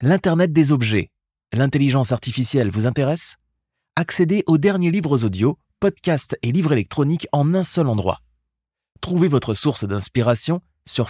L'Internet des objets, l'intelligence artificielle vous intéresse ? Accédez aux derniers livres audio, podcasts et livres électroniques en un seul endroit. Trouvez votre source d'inspiration sur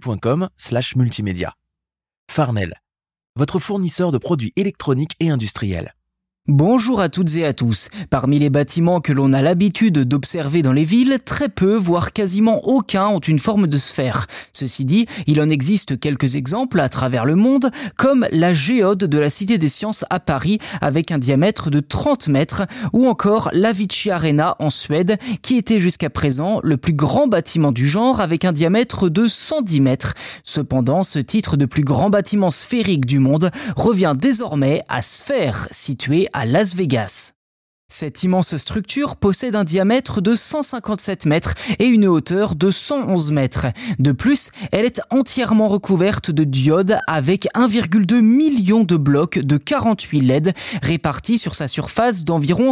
farnell.com/multimédia. Farnell, votre fournisseur de produits électroniques et industriels. Bonjour à toutes et à tous. Parmi les bâtiments que l'on a l'habitude d'observer dans les villes, très peu, voire quasiment aucun, ont une forme de sphère. Ceci dit, il en existe quelques exemples à travers le monde, comme la Géode de la Cité des Sciences à Paris, avec un diamètre de 30 mètres, ou encore l'Avicii Arena en Suède, qui était jusqu'à présent le plus grand bâtiment du genre, avec un diamètre de 110 mètres. Cependant, ce titre de plus grand bâtiment sphérique du monde revient désormais à Sphere, situé à Las Vegas. Cette immense structure possède un diamètre de 157 mètres et une hauteur de 111 mètres. De plus, elle est entièrement recouverte de diodes avec 1,2 million de blocs de 48 LED répartis sur sa surface d'environ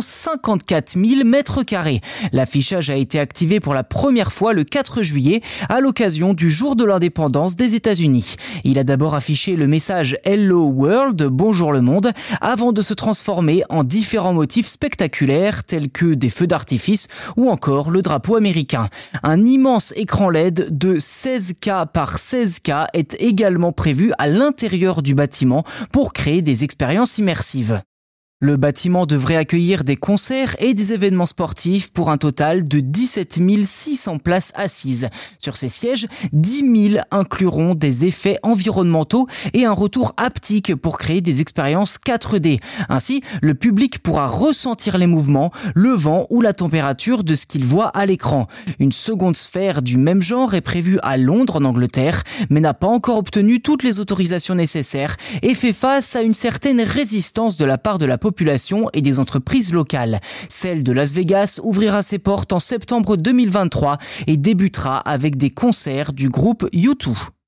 54 000 mètres carrés. L'affichage a été activé pour la première fois le 4 juillet à l'occasion du jour de l'indépendance des États-Unis. Il a d'abord affiché le message Hello World, bonjour le monde, avant de se transformer en différents motifs spectaculaires tels que des feux d'artifice ou encore le drapeau américain. Un immense écran LED de 16K par 16K est également prévu à l'intérieur du bâtiment pour créer des expériences immersives. Le bâtiment devrait accueillir des concerts et des événements sportifs pour un total de 17 600 places assises. Sur ces sièges, 10 000 incluront des effets environnementaux et un retour haptique pour créer des expériences 4D. Ainsi, le public pourra ressentir les mouvements, le vent ou la température de ce qu'il voit à l'écran. Une seconde sphère du même genre est prévue à Londres en Angleterre, mais n'a pas encore obtenu toutes les autorisations nécessaires et fait face à une certaine résistance de la part de la population et des entreprises locales. Celle de Las Vegas ouvrira ses portes en septembre 2023 et débutera avec des concerts du groupe U2.